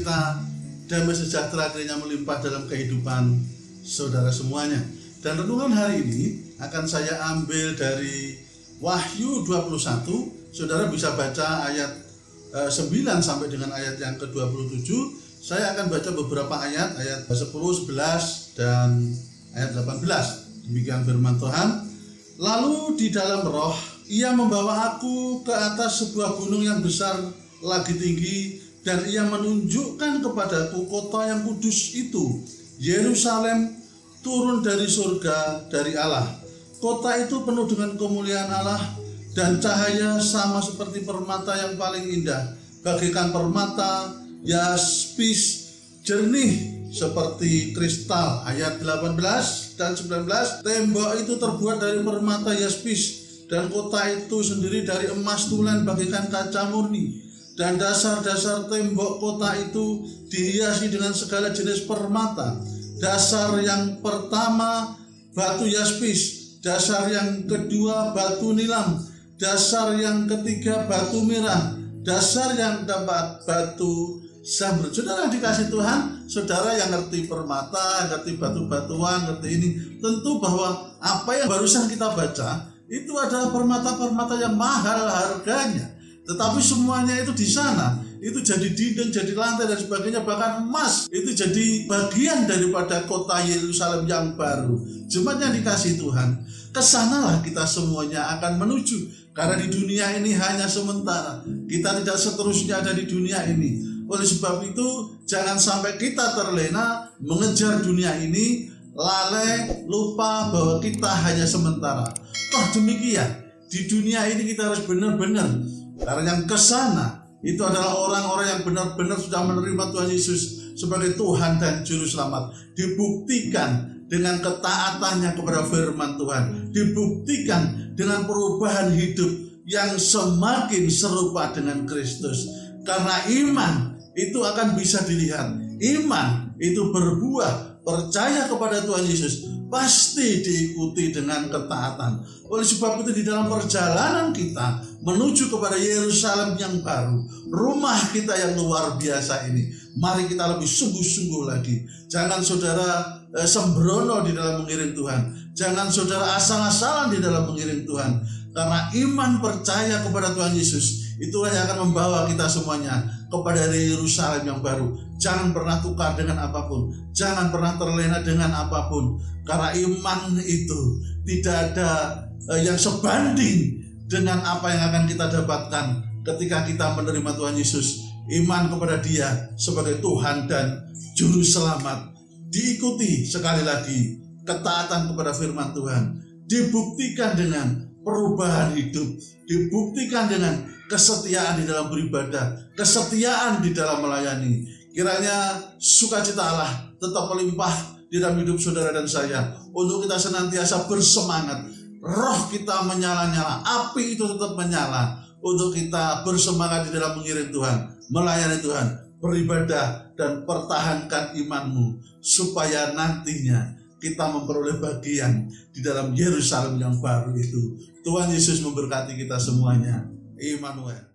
sukacita, damai sejahtera kiranya melimpah dalam kehidupan saudara semuanya. Dan renungan hari ini akan saya ambil dari Wahyu 21. Saudara bisa baca ayat 9 sampai dengan ayat yang ke-27. Saya akan baca beberapa ayat 10, 11, dan ayat 18. Demikian firman Tuhan. Lalu di dalam roh, ia membawa aku ke atas sebuah gunung yang besar lagi tinggi, dan ia menunjukkan kepadaku kota yang kudus itu, Yerusalem, turun dari surga dari Allah. Kota itu penuh dengan kemuliaan Allah, dan cahaya sama seperti permata yang paling indah, bagaikan permata yaspis, jernih seperti kristal. Ayat 18 dan 19, tembok itu terbuat dari permata yaspis, dan kota itu sendiri dari emas tulen bagaikan kaca murni. Dan dasar-dasar tembok kota itu dihiasi dengan segala jenis permata. Dasar yang pertama batu yaspis, dasar yang kedua batu nilam, dasar yang ketiga batu merah, dasar yang keempat batu zamrud. Saudara dikasih Tuhan, saudara yang ngerti permata, ngerti batu-batuan, ngerti ini, tentu bahwa apa yang barusan kita baca itu adalah permata-permata yang mahal harganya. Tetapi semuanya itu di sana, itu jadi dinding, jadi lantai dan sebagainya, bahkan emas itu jadi bagian daripada kota Yerusalem yang baru. Jemaat yang dikasih Tuhan, kesanalah kita semuanya akan menuju. Karena di dunia ini hanya sementara, kita tidak seterusnya ada di dunia ini. Oleh sebab itu, jangan sampai kita terlena mengejar dunia ini, lalai, lupa bahwa kita hanya sementara. Toh demikian, di dunia ini kita harus benar-benar, karena yang kesana itu adalah orang-orang yang benar-benar sudah menerima Tuhan Yesus sebagai Tuhan dan Juru Selamat. Dibuktikan dengan ketaatannya kepada firman Tuhan, dibuktikan dengan perubahan hidup yang semakin serupa dengan Kristus. Karena iman itu akan bisa dilihat, iman itu berbuah, percaya kepada Tuhan Yesus pasti diikuti dengan ketaatan. Oleh sebab itu, di dalam perjalanan kita menuju kepada Yerusalem yang baru, rumah kita yang luar biasa ini, mari kita lebih sungguh-sungguh lagi. Jangan saudara sembrono di dalam mengiring Tuhan, jangan saudara asal-asalan di dalam mengiring Tuhan. Karena iman percaya kepada Tuhan Yesus, itulah yang akan membawa kita semuanya kepada Yerusalem yang baru. Jangan pernah tukar dengan apapun, jangan pernah terlena dengan apapun. Karena iman itu tidak ada yang sebanding dengan apa yang akan kita dapatkan ketika kita menerima Tuhan Yesus. Iman kepada Dia sebagai Tuhan dan Juru Selamat diikuti sekali lagi ketaatan kepada firman Tuhan, dibuktikan dengan perubahan hidup, dibuktikan dengan kesetiaan di dalam beribadah, kesetiaan di dalam melayani. Kiranya sukacita Allah tetap melimpah di dalam hidup saudara dan saya, untuk kita senantiasa bersemangat, roh kita menyala-nyala, api itu tetap menyala, untuk kita bersemangat di dalam mengiring Tuhan, melayani Tuhan, beribadah, dan pertahankan imanmu, supaya nantinya kita memperoleh bagian di dalam Yerusalem yang baru itu. Tuhan Yesus memberkati kita semuanya. Immanuel.